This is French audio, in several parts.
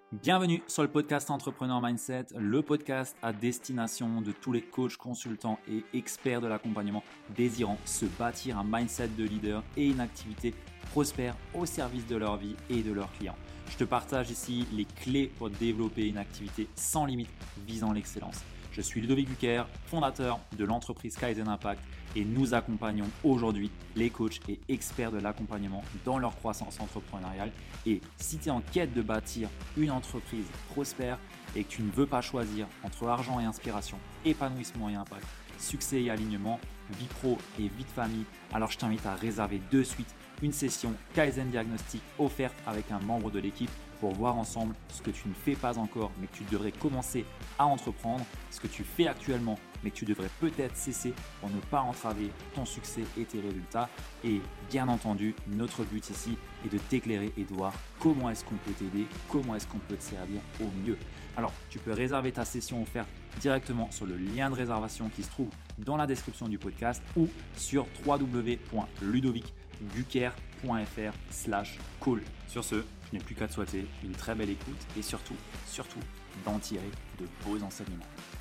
Bienvenue sur le podcast Entrepreneur Mindset, le podcast à destination de tous les coachs, consultants et experts de l'accompagnement désirant se bâtir un mindset de leader et une activité prospère au service de leur vie et de leurs clients. Je te partage ici les clés pour développer une activité sans limite visant l'excellence. Je suis Ludovic Bucher, fondateur de l'entreprise Kaizen Impact et nous accompagnons aujourd'hui les coachs et experts de l'accompagnement dans leur croissance entrepreneuriale. Et si tu es en quête de bâtir une entreprise prospère et que tu ne veux pas choisir entre argent et inspiration, épanouissement et impact, succès et alignement, vie pro et vie de famille, alors je t'invite à réserver de suite une session Kaizen Diagnostic offerte avec un membre de l'équipe pour voir ensemble ce que tu ne fais pas encore mais que tu devrais commencer à entreprendre, ce que tu fais actuellement mais que tu devrais peut-être cesser pour ne pas entraver ton succès et tes résultats. Et bien entendu, notre but ici est de t'éclairer et de voir comment est-ce qu'on peut t'aider, comment est-ce qu'on peut te servir au mieux. Alors, tu peux réserver ta session offerte directement sur le lien de réservation qui se trouve dans la description du podcast ou sur www.ludovic.bucher.fr/call. Sur ce, je n'ai plus qu'à te souhaiter une très belle écoute et surtout, d'en tirer de beaux enseignements.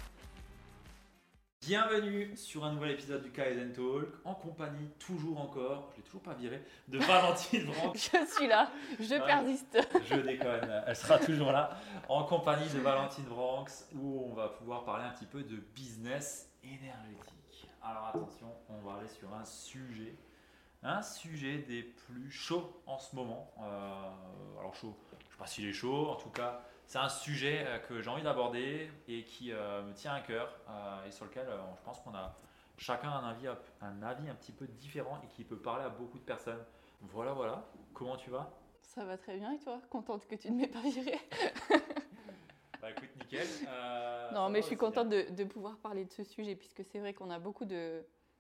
Bienvenue sur un nouvel épisode du Kaizen Talk en compagnie, toujours encore, je ne l'ai toujours pas viré, de Valentine Branx. Je suis là, je persiste. Je déconne, elle sera toujours là, en compagnie de Valentine Branx, où on va pouvoir parler un petit peu de business énergétique. Alors attention, on va aller sur un sujet des plus chauds en ce moment. Alors chaud, je ne sais pas s'il est chaud, en tout cas, c'est un sujet que j'ai envie d'aborder et qui me tient à cœur et sur lequel je pense qu'on a chacun un avis un petit peu différent et qui peut parler à beaucoup de personnes. Voilà. Comment tu vas ? Ça va très bien et toi ? Contente que tu ne m'aies pas virée. Bah écoute, nickel. Non, mais je suis contente de pouvoir parler de ce sujet puisque c'est vrai qu'on a beaucoup de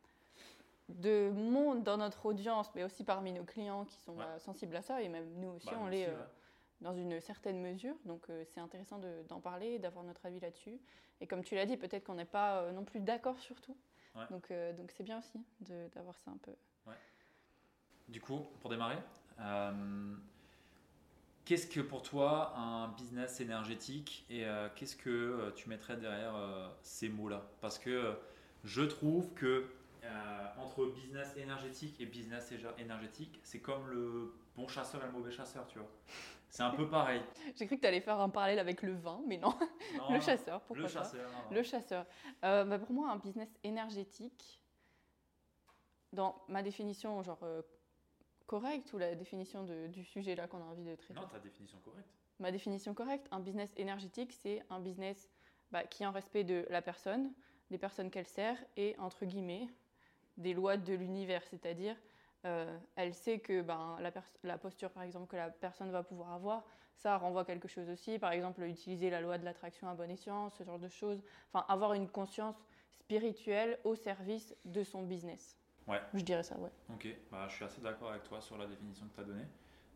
monde dans notre audience, mais aussi parmi nos clients qui sont sensibles à ça et même nous aussi, on l'est dans une certaine mesure. Donc c'est intéressant d'en parler et d'avoir notre avis là-dessus. Et comme tu l'as dit, peut-être qu'on n'est pas non plus d'accord sur tout. Ouais. Donc c'est bien aussi d'avoir ça un peu. Ouais. Du coup, pour démarrer, qu'est-ce que pour toi un business énergétique et qu'est-ce que tu mettrais derrière ces mots-là ? Parce que je trouve que entre business énergétique et business énergétique, c'est comme le bon chasseur et le mauvais chasseur, tu vois. C'est un peu pareil. J'ai cru que tu allais faire un parallèle avec le vin, mais non. Le chasseur, pourquoi le pas. Chasseur, non. Le chasseur. Pour moi, un business énergétique, dans ma définition correcte ou la définition du sujet là qu'on a envie de traiter ? Non, ta définition correcte. Ma définition correcte, un business énergétique, c'est un business qui est en respect de la personne, des personnes qu'elle sert et, entre guillemets, des lois de l'univers, c'est-à-dire elle sait que la posture par exemple que la personne va pouvoir avoir, ça renvoie quelque chose aussi, par exemple utiliser la loi de l'attraction à bon escient, ce genre de choses, enfin avoir une conscience spirituelle au service de son business. Ouais. Je dirais ça, ouais. Ok, je suis assez d'accord avec toi sur la définition que tu as donnée.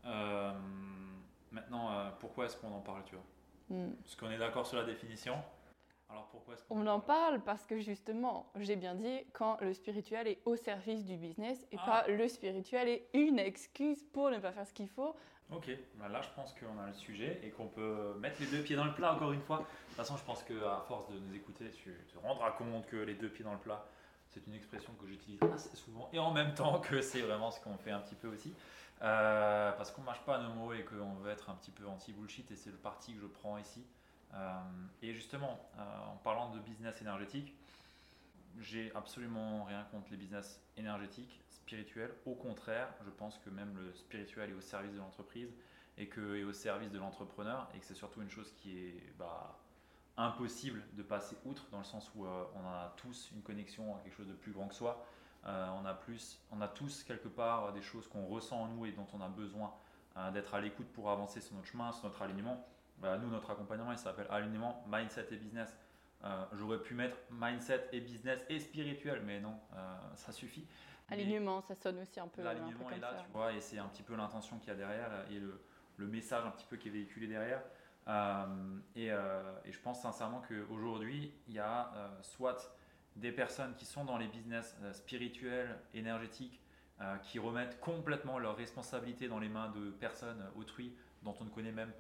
Maintenant, pourquoi est-ce qu'on en parle, tu vois ? Parce qu'on est d'accord sur la définition. Alors pourquoi est-ce qu'on en parle parce que justement, j'ai bien dit, quand le spirituel est au service du business et pas le spirituel est une excuse pour ne pas faire ce qu'il faut. Ok, là je pense qu'on a le sujet et qu'on peut mettre les deux pieds dans le plat encore une fois. De toute façon, je pense qu'à force de nous écouter, tu te rendras compte que les deux pieds dans le plat, c'est une expression que j'utilise assez souvent et en même temps que c'est vraiment ce qu'on fait un petit peu aussi. Parce qu'on ne mâche pas nos mots et qu'on veut être un petit peu anti-bullshit et c'est le parti que je prends ici. Et justement, en parlant de business énergétique, j'ai absolument rien contre les business énergétiques, spirituels. Au contraire, je pense que même le spirituel est au service de l'entreprise et au service de l'entrepreneur et que c'est surtout une chose qui est impossible de passer outre dans le sens où on a tous une connexion à quelque chose de plus grand que soi. On a tous quelque part des choses qu'on ressent en nous et dont on a besoin d'être à l'écoute pour avancer sur notre chemin, sur notre alignement. Nous, notre accompagnement, il s'appelle Alignement, Mindset et Business. J'aurais pu mettre Mindset et Business et spirituel, mais non, ça suffit. Alignement, ça sonne aussi un peu. L'alignement un peu est là, tu vois, et c'est un petit peu l'intention qu'il y a derrière et le message un petit peu qui est véhiculé derrière. Et je pense sincèrement qu'aujourd'hui, il y a soit des personnes qui sont dans les business spirituels, énergétiques, qui remettent complètement leurs responsabilités dans les mains de personnes autrui dont on ne connaît même pas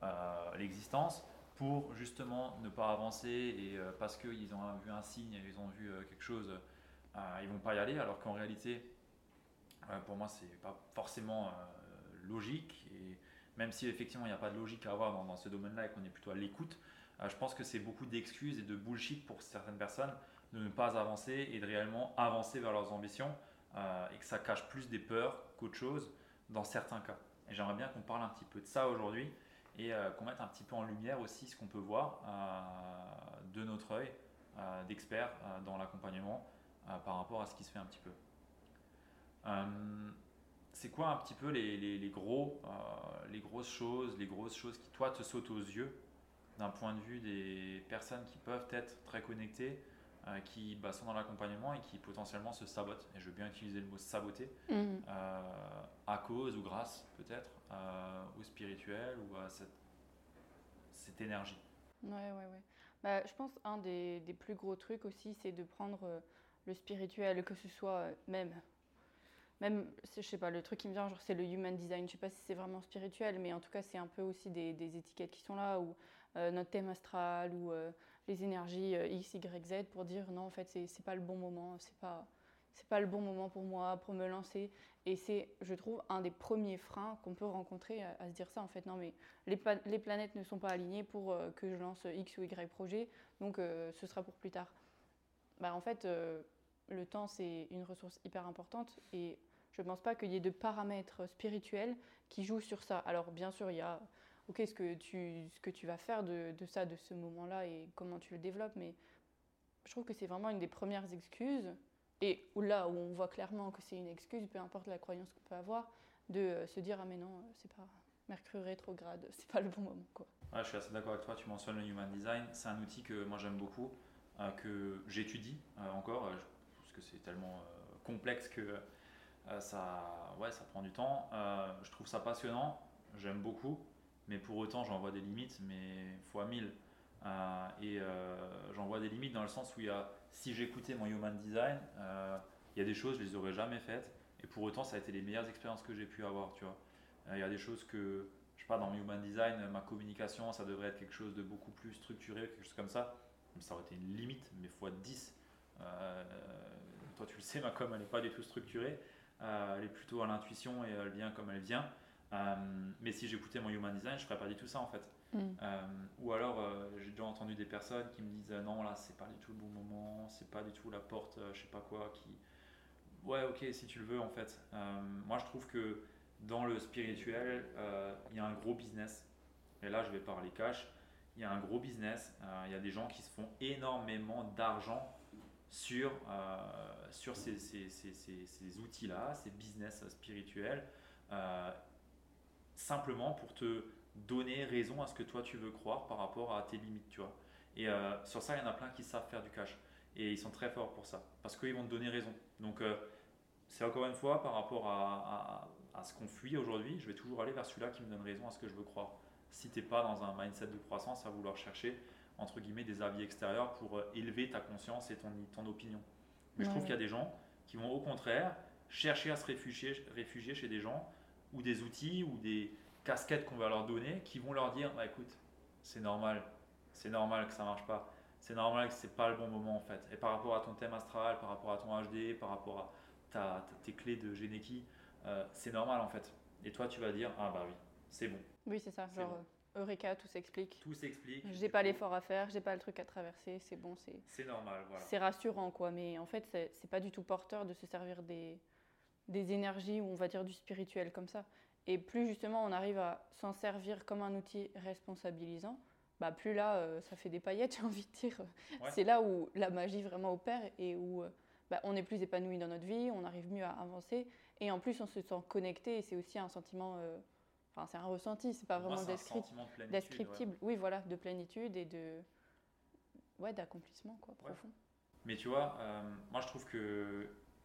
l'existence pour justement ne pas avancer et parce qu'ils ont vu un signe, ils ont vu quelque chose, ils vont pas y aller alors qu'en réalité pour moi c'est pas forcément logique et même si effectivement il n'y a pas de logique à avoir dans ce domaine-là et qu'on est plutôt à l'écoute, je pense que c'est beaucoup d'excuses et de bullshit pour certaines personnes de ne pas avancer et de réellement avancer vers leurs ambitions et que ça cache plus des peurs qu'autre chose dans certains cas. Et j'aimerais bien qu'on parle un petit peu de ça aujourd'hui et qu'on mette un petit peu en lumière aussi ce qu'on peut voir de notre œil d'expert dans l'accompagnement par rapport à ce qui se fait un petit peu. C'est quoi un petit peu les grosses choses qui toi te sautent aux yeux d'un point de vue des personnes qui peuvent être très connectées, qui sont dans l'accompagnement et qui potentiellement se sabotent, et je veux bien utiliser le mot saboter, à cause ou grâce peut-être au spirituel ou à cette énergie. Ouais. Je pense un des plus gros trucs aussi, c'est de prendre le spirituel, que ce soit même, je sais pas, le truc qui me vient, genre c'est le human design. Je sais pas si c'est vraiment spirituel, mais en tout cas, c'est un peu aussi des étiquettes qui sont là, ou notre thème astral, ou les énergies X, Y, Z, pour dire non, en fait, c'est pas le bon moment, c'est pas le bon moment pour moi, pour me lancer. Et c'est, je trouve, un des premiers freins qu'on peut rencontrer à se dire ça, en fait. Non, mais les planètes ne sont pas alignées pour que je lance X ou Y projet, donc ce sera pour plus tard. En fait, le temps, c'est une ressource hyper importante et je ne pense pas qu'il y ait de paramètres spirituels qui jouent sur ça. Alors, bien sûr, il y a ce que tu vas faire de ça, de ce moment-là et comment tu le développes, mais je trouve que c'est vraiment une des premières excuses et là où on voit clairement que c'est une excuse, peu importe la croyance qu'on peut avoir, de se dire ah mais non, c'est pas Mercure rétrograde, c'est pas le bon moment, quoi. Ouais, je suis assez d'accord avec toi, tu mentionnes le Human Design, c'est un outil que moi j'aime beaucoup, que j'étudie encore, parce que c'est tellement complexe que ça prend du temps. Je trouve ça passionnant, j'aime beaucoup, mais pour autant j'en vois des limites, mais fois 1000. J'en vois des limites dans le sens où si j'écoutais mon Human Design, il y a des choses, je les aurais jamais faites, et pour autant ça a été les meilleures expériences que j'ai pu avoir, tu vois. Il y a des choses que, je sais pas, dans mon Human Design, ma communication, ça devrait être quelque chose de beaucoup plus structuré, quelque chose comme ça. Ça aurait été une limite, mais fois 10. Toi, tu le sais, ma com, elle n'est pas du tout structurée. Elle est plutôt à l'intuition et elle vient comme elle vient. Mais si j'écoutais mon Human Design, je ne ferais pas du tout ça en fait. Ou alors, j'ai déjà entendu des personnes qui me disent non, là, c'est pas du tout le bon moment, c'est pas du tout la porte, je sais pas quoi, qui. Ouais, ok, si tu le veux en fait. Moi, je trouve que dans le spirituel, il y a un gros business. Et là, je vais parler cash. Il y a un gros business. Il y a des gens qui se font énormément d'argent sur ces outils-là, ces business spirituels, simplement pour te donner raison à ce que toi tu veux croire par rapport à tes limites, tu vois. Et sur ça, il y en a plein qui savent faire du cash. Et ils sont très forts pour ça, parce qu'ils vont te donner raison. Donc, c'est encore une fois par rapport à ce qu'on fuit aujourd'hui, je vais toujours aller vers celui-là qui me donne raison à ce que je veux croire. Si tu n'es pas dans un mindset de croissance à vouloir chercher entre guillemets des avis extérieurs pour élever ta conscience et ton opinion. Mais je trouve qu'il y a des gens qui vont au contraire chercher à se réfugier chez des gens ou des outils ou des casquettes qu'on va leur donner qui vont leur dire bah, écoute, c'est normal que ça marche pas, c'est normal que c'est pas le bon moment en fait. Et par rapport à ton thème astral, par rapport à ton HD, par rapport à tes clés de Généki, c'est normal en fait. Et toi tu vas dire ah bah oui, c'est bon. Oui, c'est ça, genre bon. Eureka, tout s'explique. Tout s'explique. J'ai pas l'effort à faire, j'ai pas le truc à traverser, c'est bon, c'est normal, voilà. C'est rassurant quoi, mais en fait c'est pas du tout porteur de se servir des énergies ou on va dire du spirituel comme ça. Et plus justement on arrive à s'en servir comme un outil responsabilisant, plus là ça fait des paillettes, j'ai envie de dire. Ouais. C'est là où la magie vraiment opère et où on est plus épanoui dans notre vie, on arrive mieux à avancer et en plus on se sent connecté et c'est aussi un sentiment, c'est un ressenti, c'est pas vraiment descriptible. Ouais. Oui, voilà, de plénitude et d'accomplissement quoi, profond. Ouais. Mais tu vois, moi je trouve que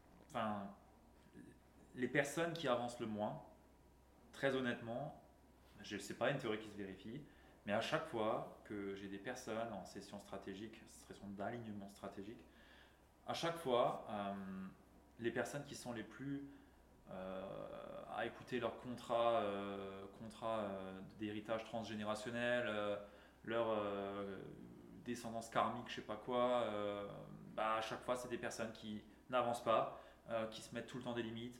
les personnes qui avancent le moins, très honnêtement, c'est pas une théorie qui se vérifie, mais à chaque fois que j'ai des personnes en session stratégique, session d'alignement stratégique, à chaque fois, les personnes qui sont les plus à écouter leur contrat d'héritage transgénérationnel, leur descendance karmique, je sais pas quoi. À chaque fois, c'est des personnes qui n'avancent pas, qui se mettent tout le temps des limites,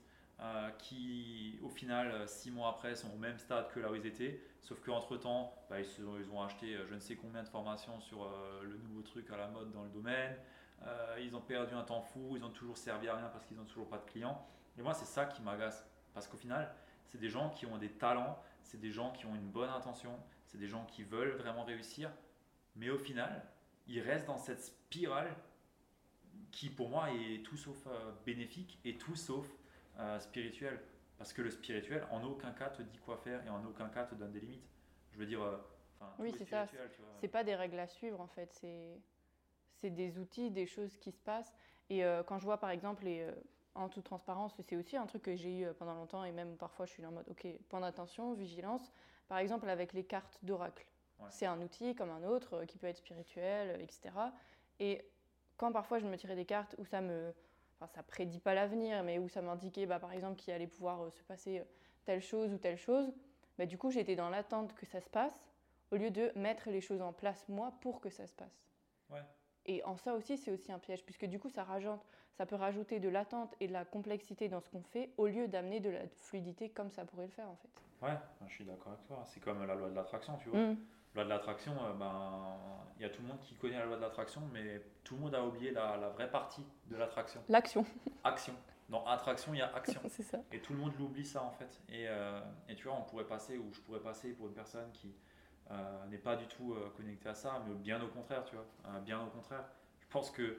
qui au final 6 mois après sont au même stade que là où ils étaient, sauf qu'entre temps ils ont acheté je ne sais combien de formations sur le nouveau truc à la mode dans le domaine, ils ont perdu un temps fou, ils ont toujours servi à rien parce qu'ils n'ont toujours pas de clients. Et moi c'est ça qui m'agace, parce qu'au final c'est des gens qui ont des talents, c'est des gens qui ont une bonne intention, c'est des gens qui veulent vraiment réussir, mais au final ils restent dans cette spirale qui pour moi est tout sauf bénéfique et tout sauf spirituel. Parce que le spirituel, en aucun cas te dit quoi faire et en aucun cas te donne des limites. Je veux dire, tout Oui, est c'est ça. spirituel, tu vois. C'est pas des règles à suivre en fait. C'est des outils, des choses qui se passent. Et quand je vois par exemple, en toute transparence, c'est aussi un truc que j'ai eu pendant longtemps et même parfois je suis là en mode ok, point d'attention, vigilance. Par exemple, avec les cartes d'oracle. Ouais. C'est un outil comme un autre qui peut être spirituel, etc. Et quand parfois je me tirais des cartes où enfin, ça prédit pas l'avenir, mais où ça m'indiquait par exemple qu'il allait pouvoir se passer telle chose ou telle chose, du coup j'étais dans l'attente que ça se passe au lieu de mettre les choses en place moi pour que ça se passe. Ouais. Et en ça aussi, c'est aussi un piège, puisque du coup, ça peut rajouter de l'attente et de la complexité dans ce qu'on fait, au lieu d'amener de la fluidité comme ça pourrait le faire en fait. Ouais, je suis d'accord avec toi. C'est comme la loi de l'attraction, tu vois. La loi de l'attraction, il y a tout le monde qui connaît la loi de l'attraction, mais tout le monde a oublié la vraie partie de l'attraction. L'action. Action. Dans attraction, il y a action. C'est ça. Et tout le monde l'oublie ça en fait. Et tu vois, on pourrait passer, ou je pourrais passer pour une personne qui n'est pas du tout connectée à ça, mais bien au contraire, tu vois. Bien au contraire. Je pense que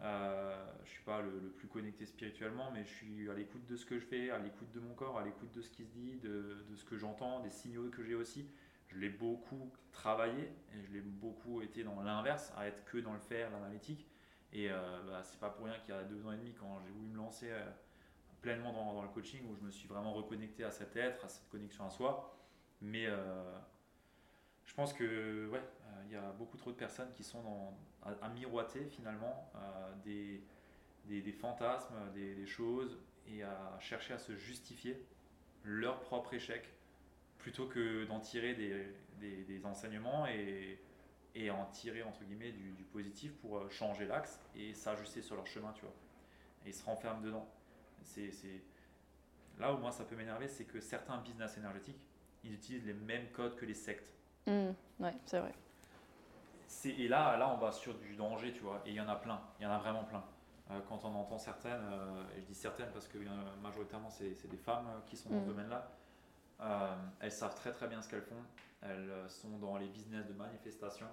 je suis pas le plus connecté spirituellement, mais je suis à l'écoute de ce que je fais, à l'écoute de mon corps, à l'écoute de ce qui se dit, de ce que j'entends, des signaux que j'ai aussi. Je l'ai beaucoup travaillé et je l'ai beaucoup été dans l'inverse, à être que dans le faire, l'analytique. Et c'est pas pour rien qu'il y a 2 ans et demi, quand j'ai voulu me lancer pleinement dans le coaching, où je me suis vraiment reconnecté à cet être, à cette connexion à soi. Mais je pense que ouais, il y a beaucoup trop de personnes qui sont à miroiter finalement des fantasmes, des choses, et à chercher à se justifier leur propre échec plutôt que d'en tirer des enseignements et en tirer entre guillemets du positif pour changer l'axe et s'ajuster sur leur chemin, tu vois. Et ils se renferment dedans. C'est là où moi ça peut m'énerver, c'est que certains business énergétiques, ils utilisent les mêmes codes que les sectes. Ouais, c'est vrai. Et là, on va sur du danger, tu vois. Et il y en a plein, il y en a vraiment plein. Quand on entend certaines, et je dis certaines parce que majoritairement c'est des femmes qui sont dans ce domaine-là, elles savent très très bien ce qu'elles font. Elles sont dans les business de manifestation.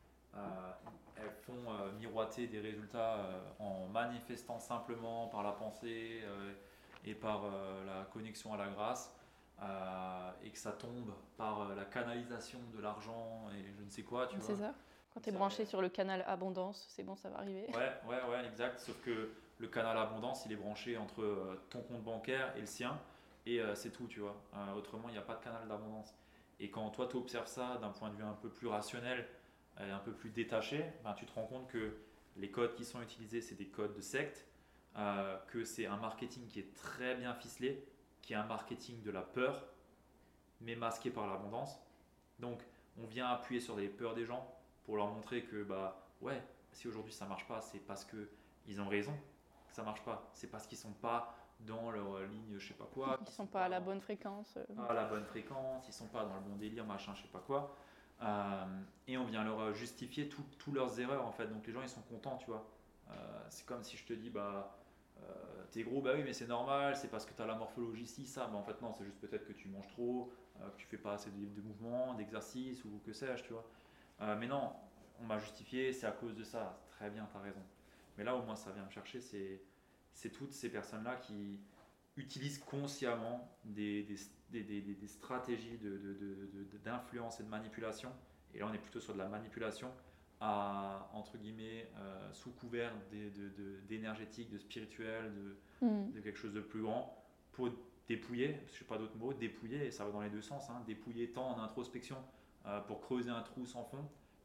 Elles font miroiter des résultats en manifestant simplement par la pensée et par la connexion à la grâce, et que ça tombe par la canalisation de l'argent et je ne sais quoi, tu vois. C'est ça. Quand tu es branché sur le canal abondance, c'est bon, ça va arriver. Ouais, exact. Sauf que le canal abondance, il est branché entre ton compte bancaire et le sien, et c'est tout, tu vois. Autrement, il n'y a pas de canal d'abondance. Et quand toi, tu observes ça d'un point de vue un peu plus rationnel, et un peu plus détaché, tu te rends compte que les codes qui sont utilisés, c'est des codes de secte, que c'est un marketing qui est très bien ficelé, qui est un marketing de la peur, mais masqué par l'abondance. Donc, on vient appuyer sur les peurs des gens pour leur montrer que, ouais, si aujourd'hui ça marche pas, c'est parce qu'ils ont raison que ça marche pas. C'est parce qu'ils sont pas dans leur ligne, je sais pas quoi. Ils sont pas à la bonne fréquence. Pas à la bonne fréquence, ils sont pas dans le bon délire, machin, je sais pas quoi. Et on vient leur justifier tous leurs erreurs en fait. Donc les gens ils sont contents, tu vois. C'est comme si je te dis, t'es gros, bah oui, mais c'est normal, c'est parce que tu as la morphologie ici, ça. En fait, non, c'est juste peut-être que tu manges trop, que tu fais pas assez de mouvements, d'exercices ou que sais-je, tu vois. Mais non, on m'a justifié, c'est à cause de ça. Très bien, tu as raison. Mais là où moi ça vient me chercher, c'est toutes ces personnes-là qui utilisent consciemment des stratégies d'influence et de manipulation. Et là, on est plutôt sur de la manipulation entre guillemets, sous couvert d'énergétique, de spirituel, de quelque chose de plus grand, pour dépouiller, parce que je n'ai pas d'autre mot, dépouiller, et ça va dans les deux sens, dépouiller tant en introspection pour creuser un trou sans fond,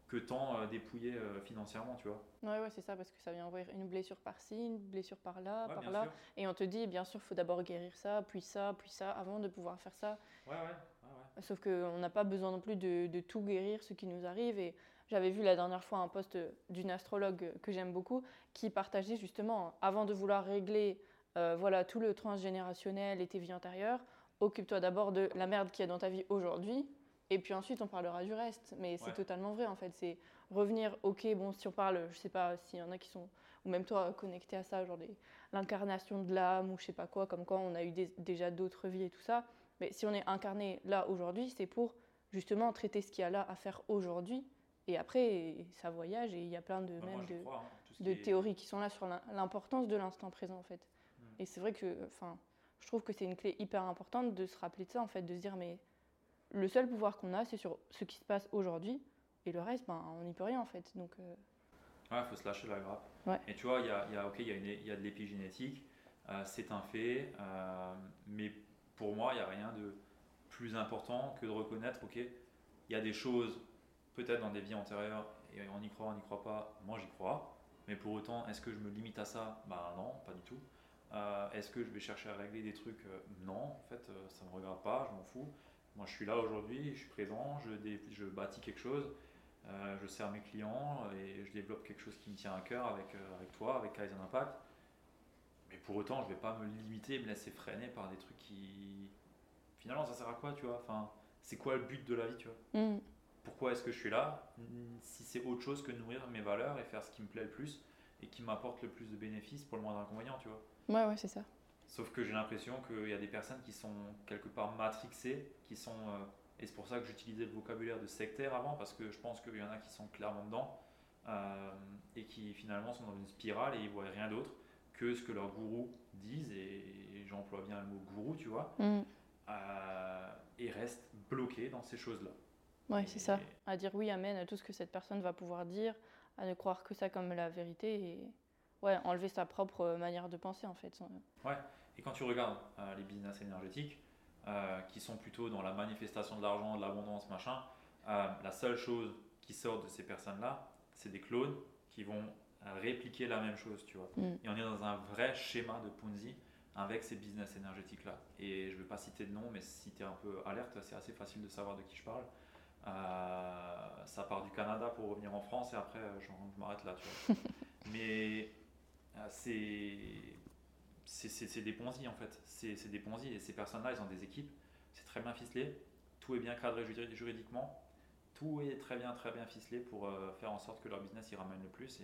que tant dépouiller financièrement, tu vois. Ouais, c'est ça, parce que ça vient ouvrir une blessure par-ci, une blessure par-là, Ouais, bien par-là. sûr. Et on te dit, bien sûr, il faut d'abord guérir ça, puis ça, puis ça, avant de pouvoir faire ça. Ouais, ouais, ouais, ouais. Sauf qu'on n'a pas besoin non plus de tout guérir, ce qui nous arrive. Et j'avais vu la dernière fois un post d'une astrologue que j'aime beaucoup, qui partageait justement, avant de vouloir régler voilà, tout le transgénérationnel et tes vies antérieures, occupe-toi d'abord de la merde qu'il y a dans ta vie aujourd'hui. Et puis ensuite, on parlera du reste. Mais c'est Ouais. totalement vrai, en fait. C'est revenir, ok, bon, si on parle, je sais pas s'il y en a qui sont, ou même toi, connecté à ça, genre l'incarnation de l'âme, ou je sais pas quoi, comme quoi on a eu déjà d'autres vies et tout ça. Mais si on est incarné là aujourd'hui, c'est pour justement traiter ce qu'il y a là à faire aujourd'hui. Et après, ça voyage et il y a plein de, Bah, moi, j'y crois, hein. Tout ce de qui est... théories qui sont là sur l'importance de l'instant présent en fait. Mm. Et c'est vrai que, enfin, je trouve que c'est une clé hyper importante de se rappeler de ça en fait, de se dire mais le seul pouvoir qu'on a, c'est sur ce qui se passe aujourd'hui et le reste, ben, on n'y peut rien en fait. Donc, Ouais, il faut se lâcher la grappe. Ouais. Et tu vois, il y a de l'épigénétique, c'est un fait, mais pour moi, il n'y a rien de plus important que de reconnaître, ok, il y a des choses, peut-être dans des vies antérieures, et on n'y croit pas, moi j'y crois, mais pour autant, est-ce que je me limite à ça? Bah non, pas du tout. Est-ce que je vais chercher à régler des trucs? Non, en fait, ça ne me regarde pas, je m'en fous. Moi, je suis là aujourd'hui, je suis présent, je bâtis quelque chose. Je sers mes clients et je développe quelque chose qui me tient à cœur avec toi, avec Kaizen Impact. Mais pour autant, je ne vais pas me limiter et me laisser freiner par des trucs qui. Finalement, ça sert à quoi, tu vois? Enfin, c'est quoi le but de la vie, tu vois? mm. Pourquoi est-ce que je suis là? Si c'est autre chose que nourrir mes valeurs et faire ce qui me plaît le plus et qui m'apporte le plus de bénéfices pour le moins d'inconvénients, tu vois? Ouais, c'est ça. Sauf que j'ai l'impression qu'il y a des personnes qui sont quelque part matrixées, et c'est pour ça que j'utilisais le vocabulaire de sectaire avant, parce que je pense qu'il y en a qui sont clairement dedans, et qui finalement sont dans une spirale et ils ne voient rien d'autre que ce que leurs gourous disent, et j'emploie bien le mot gourou, tu vois, Mm. et restent bloqués dans ces choses-là. Ouais, Et- c'est ça. À dire oui, amen à tout ce que cette personne va pouvoir dire, à ne croire que ça comme la vérité et ouais, enlever sa propre manière de penser en fait. Ouais, et quand tu regardes les business énergétiques, qui sont plutôt dans la manifestation de l'argent, de l'abondance, machin, la seule chose qui sort de ces personnes-là, c'est des clones qui vont répliquer la même chose, tu vois. Mm. Et on est dans un vrai schéma de Ponzi avec ces business énergétiques-là. Et je ne vais pas citer de nom, mais si tu es un peu alerte, c'est assez facile de savoir de qui je parle. Ça part du Canada pour revenir en France et après, je m'arrête là, tu vois. Mais c'est des ponzi en fait. C'est des ponzi et ces personnes-là, ils ont des équipes. C'est très bien ficelé. Tout est bien cadré juridiquement. Tout est très bien ficelé pour faire en sorte que leur business y ramène le plus.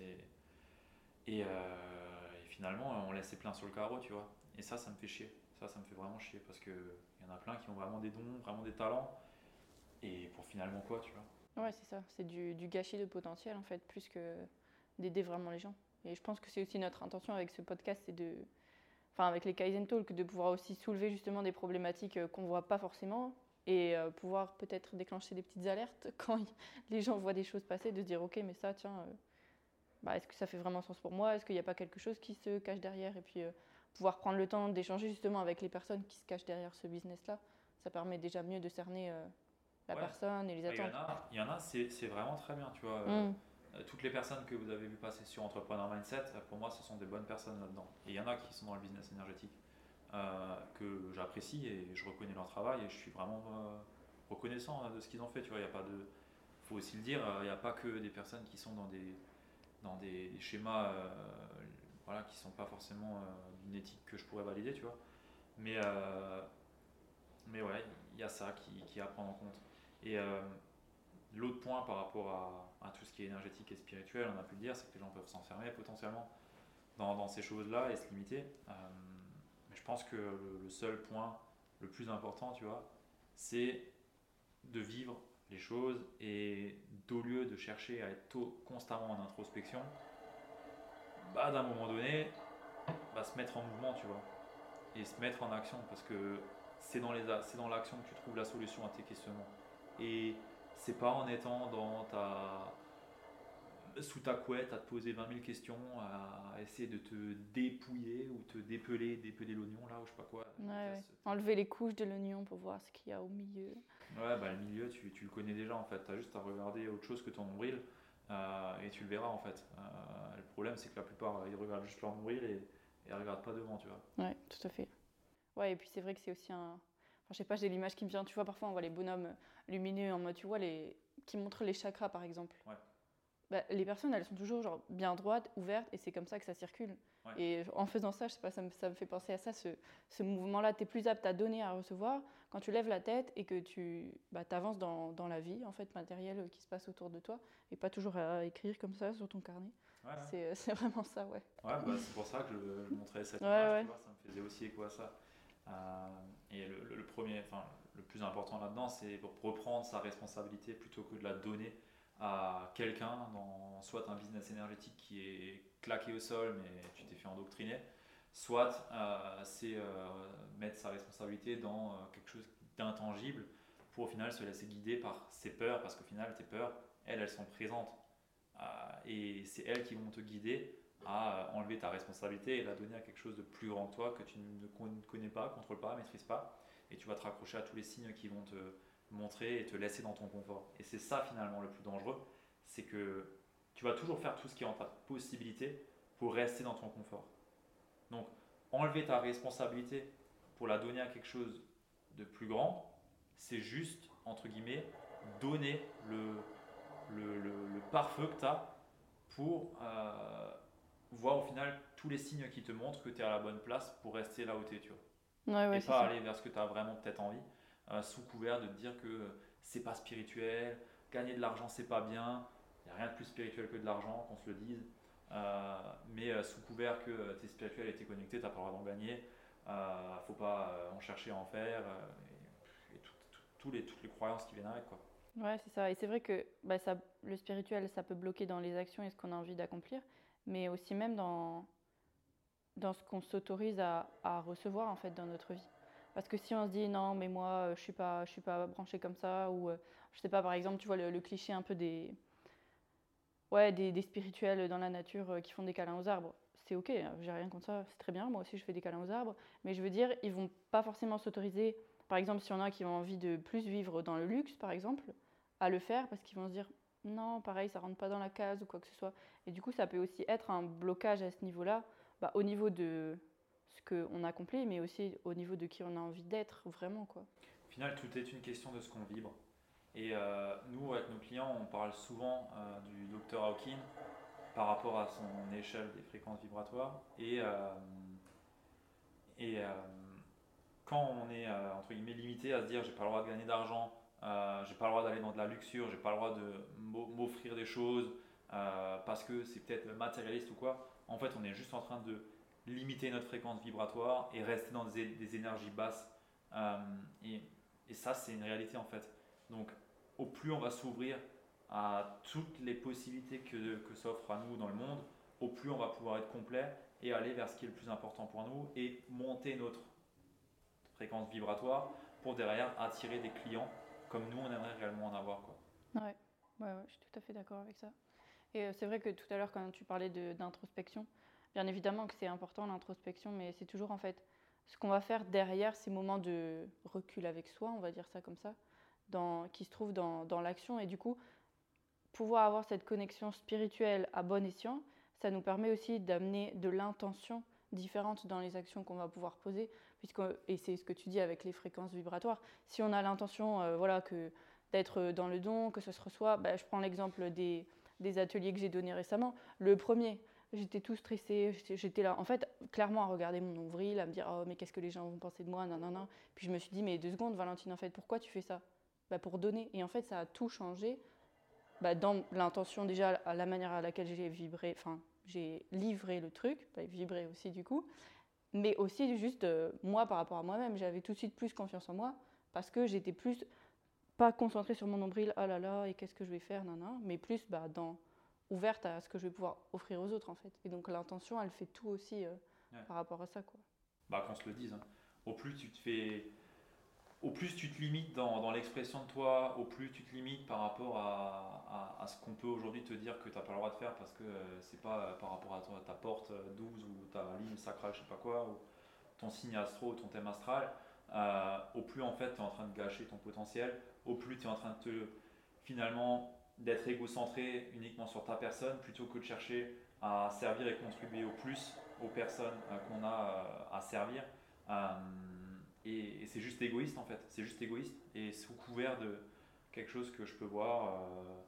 Et finalement, on laisse les plein sur le carreau, tu vois. Et ça me fait chier. Ça me fait vraiment chier parce qu'il y en a plein qui ont vraiment des dons, vraiment des talents. Et pour finalement quoi, tu vois. Ouais, c'est ça. C'est du gâchis de potentiel en fait, plus que d'aider vraiment les gens. Et je pense que c'est aussi notre intention avec ce podcast, c'est de, enfin avec les Kaizen Talk, de pouvoir aussi soulever justement des problématiques qu'on ne voit pas forcément et pouvoir peut-être déclencher des petites alertes quand les gens voient des choses passer, de se dire ok mais ça tiens, bah, est-ce que ça fait vraiment sens pour moi? Est-ce qu'il n'y a pas quelque chose qui se cache derrière? Et puis pouvoir prendre le temps d'échanger justement avec les personnes qui se cachent derrière ce business-là, ça permet déjà mieux de cerner la Ouais. personne et les attentes. C'est vraiment très bien, tu vois. Mm. Toutes les personnes que vous avez vu passer sur Entrepreneur Mindset, pour moi, ce sont des bonnes personnes là-dedans. Et il y en a qui sont dans le business énergétique, que j'apprécie et je reconnais leur travail et je suis vraiment reconnaissant de ce qu'ils ont fait. Tu vois, il y a pas de, faut aussi le dire, il n'y a pas que des personnes qui sont dans des schémas, voilà, qui sont pas forcément d'une éthique que je pourrais valider, tu vois. Mais, euh, mais ouais, il y a ça qui est à prendre en compte. Et l'autre point par rapport à tout ce qui est énergétique et spirituel, on a pu le dire, c'est que les gens peuvent s'enfermer potentiellement dans ces choses-là et se limiter. Mais je pense que le seul point le plus important, tu vois, c'est de vivre les choses et d'au lieu de chercher à être constamment en introspection, bah, d'un moment donné, bah, se mettre en mouvement, tu vois, et se mettre en action parce que c'est dans l'action que tu trouves la solution à tes questionnements. Et c'est pas en étant sous ta couette à te poser 20 000 questions, à essayer de te dépouiller ou te dépeler l'oignon là ou je sais pas quoi. Ouais. Enlever les couches de l'oignon pour voir ce qu'il y a au milieu. Ouais, bah, le milieu, tu le connais déjà en fait. Tu as juste à regarder autre chose que ton nombril et tu le verras en fait. Le problème, c'est que la plupart, ils regardent juste leur nombril et ils regardent pas devant, tu vois. Ouais, tout à fait. Ouais, et puis c'est vrai que c'est aussi un. Enfin, je sais pas, j'ai l'image qui me vient. Tu vois, parfois on voit les bonhommes lumineux en mode, tu vois, qui montrent les chakras par exemple. Ouais, Bah, les personnes, elles sont toujours genre bien droites, ouvertes, et c'est comme ça que ça circule. ouais, Et en faisant ça, je sais pas, ça me fait penser à ça, ce mouvement-là. Tu es plus apte à donner, à recevoir quand tu lèves la tête et que tu avances dans la vie en fait matérielle qui se passe autour de toi, et pas toujours à écrire comme ça sur ton carnet. ouais. Ouais. C'est vraiment ça, ouais. Ouais, bah, c'est pour ça que je montrais cette Ouais, image, tu ouais. vois, ça me faisait aussi écho à ça. Et le premier, enfin, le plus important là-dedans, c'est pour reprendre sa responsabilité plutôt que de la donner à quelqu'un dans soit un business énergétique qui est claqué au sol, mais tu t'es fait endoctriner, soit c'est mettre sa responsabilité dans quelque chose d'intangible pour au final se laisser guider par ses peurs, parce qu'au final, tes peurs, elles sont présentes. Et c'est elles qui vont te guider à enlever ta responsabilité et la donner à quelque chose de plus grand que toi que tu ne connais pas, contrôle pas, maîtrise pas. Et tu vas te raccrocher à tous les signes qui vont te montrer et te laisser dans ton confort. Et c'est ça finalement le plus dangereux, c'est que tu vas toujours faire tout ce qui est en ta possibilité pour rester dans ton confort. Donc enlever ta responsabilité pour la donner à quelque chose de plus grand, c'est juste, entre guillemets, donner le pare-feu que tu as pour voir au final tous les signes qui te montrent que tu es à la bonne place pour rester là où tu es, tu vois. Ouais, Et ouais, c'est pas ça. aller vers ce que tu as vraiment peut-être envie, sous couvert de te dire que c'est pas spirituel, gagner de l'argent c'est pas bien, il n'y a rien de plus spirituel que de l'argent, qu'on se le dise. Mais sous couvert que tu es spirituel et tu es connecté, tu n'as pas le droit d'en gagner, faut pas en chercher à en faire, et toutes les croyances qui viennent avec, quoi. Ouais, c'est ça. Et c'est vrai que le spirituel, ça peut bloquer dans les actions et ce qu'on a envie d'accomplir, mais aussi même dans ce qu'on s'autorise à recevoir en fait dans notre vie. Parce que si on se dit non, mais moi je suis pas branché comme ça, ou je sais pas, par exemple, tu vois le cliché un peu des spirituels dans la nature qui font des câlins aux arbres, c'est ok, j'ai rien contre ça, c'est très bien, moi aussi je fais des câlins aux arbres, mais je veux dire, ils vont pas forcément s'autoriser, par exemple, s'il y en a qui ont envie de plus vivre dans le luxe, par exemple, à le faire parce qu'ils vont se dire non, pareil, ça rentre pas dans la case ou quoi que ce soit. Et du coup, ça peut aussi être un blocage à ce niveau-là, au niveau de ce qu'on accomplit, mais aussi au niveau de qui on a envie d'être vraiment, quoi. Au final, tout est une question de ce qu'on vibre. Et nous, avec nos clients, on parle souvent du docteur Hawking par rapport à son échelle des fréquences vibratoires. Et quand on est entre guillemets limité à se dire j'ai pas le droit de gagner d'argent, j'ai pas le droit d'aller dans de la luxure, j'ai pas le droit de m'offrir des choses parce que c'est peut-être matérialiste ou quoi, en fait on est juste en train de limiter notre fréquence vibratoire et rester dans des énergies basses. Euh, et, et ça c'est une réalité en fait. Donc au plus on va s'ouvrir à toutes les possibilités que s'offre à nous dans le monde, au plus on va pouvoir être complet et aller vers ce qui est le plus important pour nous et monter notre fréquence vibratoire pour derrière attirer des clients comme nous on aimerait réellement en avoir, quoi. Ouais, ouais, je suis tout à fait d'accord avec ça. Et c'est vrai que tout à l'heure, quand tu parlais d'introspection, bien évidemment que c'est important l'introspection, mais c'est toujours en fait ce qu'on va faire derrière ces moments de recul avec soi, on va dire ça comme ça, qui se trouve dans l'action. Et du coup, pouvoir avoir cette connexion spirituelle à bon escient, ça nous permet aussi d'amener de l'intention différente dans les actions qu'on va pouvoir poser, et c'est ce que tu dis avec les fréquences vibratoires. Si on a l'intention d'être dans le don, que ça se reçoit, je prends l'exemple des ateliers que j'ai donnés récemment. Le premier, j'étais tout stressée, j'étais là, en fait, clairement à regarder mon nombril, à me dire, oh mais qu'est-ce que les gens vont penser de moi, nanana. Puis je me suis dit, mais 2 secondes, Valentine, en fait, pourquoi tu fais ça? Pour donner. Et en fait, ça a tout changé dans l'intention déjà, à la manière à laquelle j'ai vibré, enfin, j'ai livré le truc, vibré aussi du coup, mais aussi juste moi par rapport à moi-même, j'avais tout de suite plus confiance en moi parce que j'étais plus pas concentrée sur mon nombril, ah là là, et qu'est-ce que je vais faire, nan, mais plus ouverte à ce que je vais pouvoir offrir aux autres en fait. Et donc l'intention, elle fait tout aussi Ouais. par rapport à ça, quoi. Bah qu'on se le dise, hein. Au plus tu te fais au plus tu te limites dans l'expression de toi, au plus tu te limites par rapport à ce qu'on peut aujourd'hui te dire que tu n'as pas le droit de faire parce que c'est pas par rapport à ta porte 12 ou ta ligne sacrale, je sais pas quoi, ou ton signe astro ou ton thème astral, au plus en fait tu es en train de gâcher ton potentiel, au plus tu es en train de finalement d'être égocentré uniquement sur ta personne plutôt que de chercher à servir et contribuer au plus aux personnes qu'on a à servir. Euh, et c'est juste égoïste en fait, c'est juste égoïste et sous couvert de quelque chose que je peux voir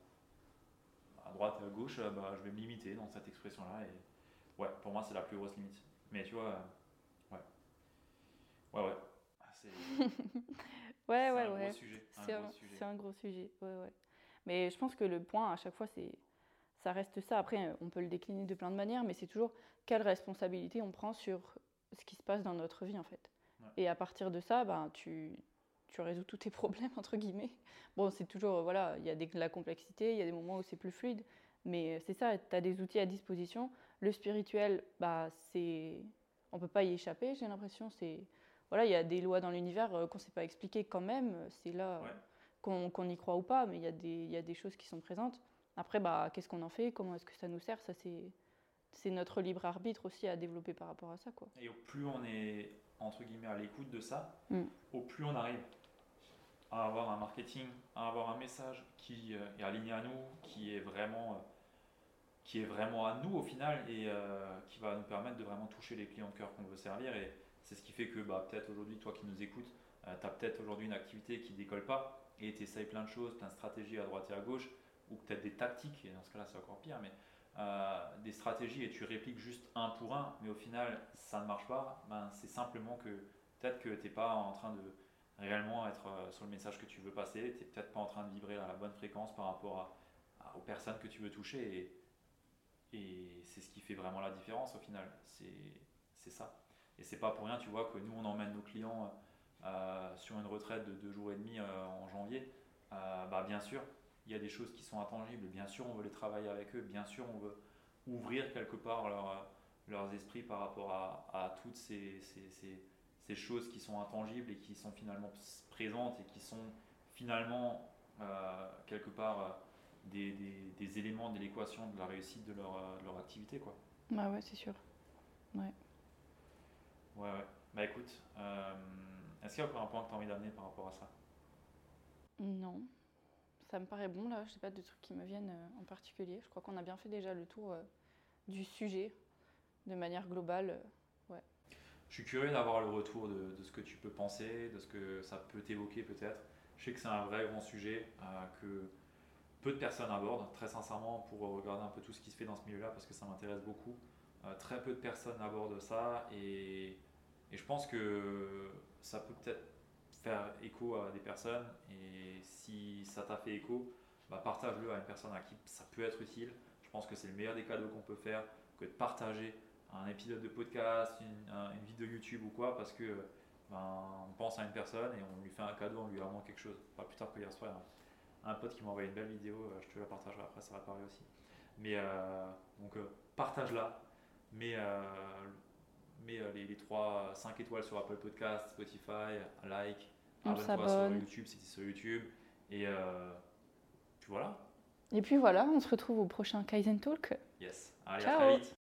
à droite et à gauche, bah, je vais me limiter dans cette expression-là et ouais, pour moi c'est la plus grosse limite. Mais tu vois, ouais, ouais. C'est Ouais, c'est ouais, un gros ouais. sujet, un C'est gros un, sujet. c'est un gros sujet. Ouais, ouais. Mais je pense que le point à chaque fois, ça reste ça. Après, on peut le décliner de plein de manières, mais c'est toujours quelle responsabilité on prend sur ce qui se passe dans notre vie, en fait. Ouais. Et à partir de ça, ben, tu résous tous tes problèmes, entre guillemets. Bon, c'est toujours, voilà, il y a de la complexité, il y a des moments où c'est plus fluide, mais c'est ça, tu as des outils à disposition. Le spirituel, bah, on peut pas y échapper, j'ai l'impression. Voilà, il y a des lois dans l'univers qu'on ne sait pas expliquer quand même. C'est là Ouais. qu'on y croit ou pas, mais il y a des choses qui sont présentes. Après, bah, qu'est-ce qu'on en fait? Comment est-ce que ça nous sert? Ça, c'est notre libre arbitre aussi à développer par rapport à ça, quoi. Et au plus on est entre guillemets à l'écoute de ça, Mm. au plus on arrive à avoir un marketing, à avoir un message qui est aligné à nous, qui est vraiment à nous au final et qui va nous permettre de vraiment toucher les clients de cœur qu'on veut servir. Et c'est ce qui fait que bah, peut-être aujourd'hui, toi qui nous écoutes, tu as peut-être aujourd'hui une activité qui ne décolle pas et tu essayes plein de choses, tu as une stratégie à droite et à gauche, ou peut-être des tactiques, et dans ce cas-là c'est encore pire, mais des stratégies et tu répliques juste un pour un, mais au final ça ne marche pas, ben, c'est simplement que peut-être que tu n'es pas en train de réellement être sur le message que tu veux passer, tu n'es peut-être pas en train de vibrer à la bonne fréquence par rapport aux personnes que tu veux toucher. Et c'est ce qui fait vraiment la différence au final. C'est ça. Et c'est pas pour rien, tu vois, que nous on emmène nos clients sur une retraite de 2 jours et demi en janvier. Bah, bien sûr, il y a des choses qui sont intangibles. Bien sûr, on veut les travailler avec eux. Bien sûr, on veut ouvrir quelque part leurs esprits par rapport à toutes ces choses qui sont intangibles et qui sont finalement présentes et qui sont finalement quelque part des éléments de l'équation de la réussite de leur activité, quoi. Bah ouais, c'est sûr. Ouais. Ouais, ouais. Bah écoute, est-ce qu'il y a encore un point que tu as envie d'amener par rapport à ça? Non, ça me paraît bon là. Je sais pas de trucs qui me viennent en particulier. Je crois qu'on a bien fait déjà le tour du sujet de manière globale. Ouais. Je suis curieux d'avoir le retour de ce que tu peux penser, de ce que ça peut t'évoquer peut-être. Je sais que c'est un vrai grand sujet que peu de personnes abordent, très sincèrement, pour regarder un peu tout ce qui se fait dans ce milieu-là, parce que ça m'intéresse beaucoup. Très peu de personnes abordent ça et je pense que ça peut peut-être faire écho à des personnes et si ça t'a fait écho, bah partage-le à une personne à qui ça peut être utile. Je pense que c'est le meilleur des cadeaux qu'on peut faire que de partager un épisode de podcast, une vidéo YouTube ou quoi, parce que ben, on pense à une personne et on lui fait un cadeau, on lui rend quelque chose. Pas plus tard que hier soir, un pote qui m'a envoyé une belle vidéo, je te la partagerai après, ça va parler aussi. Mais donc partage-la, mets, les 3, 5 étoiles sur Apple Podcast, Spotify, like, On abonne-toi sur s'abonne. YouTube si tu es sur YouTube. Et puis voilà, Et puis voilà, on se retrouve au prochain Kaizen Talk. yes, allez à très Ciao! vite.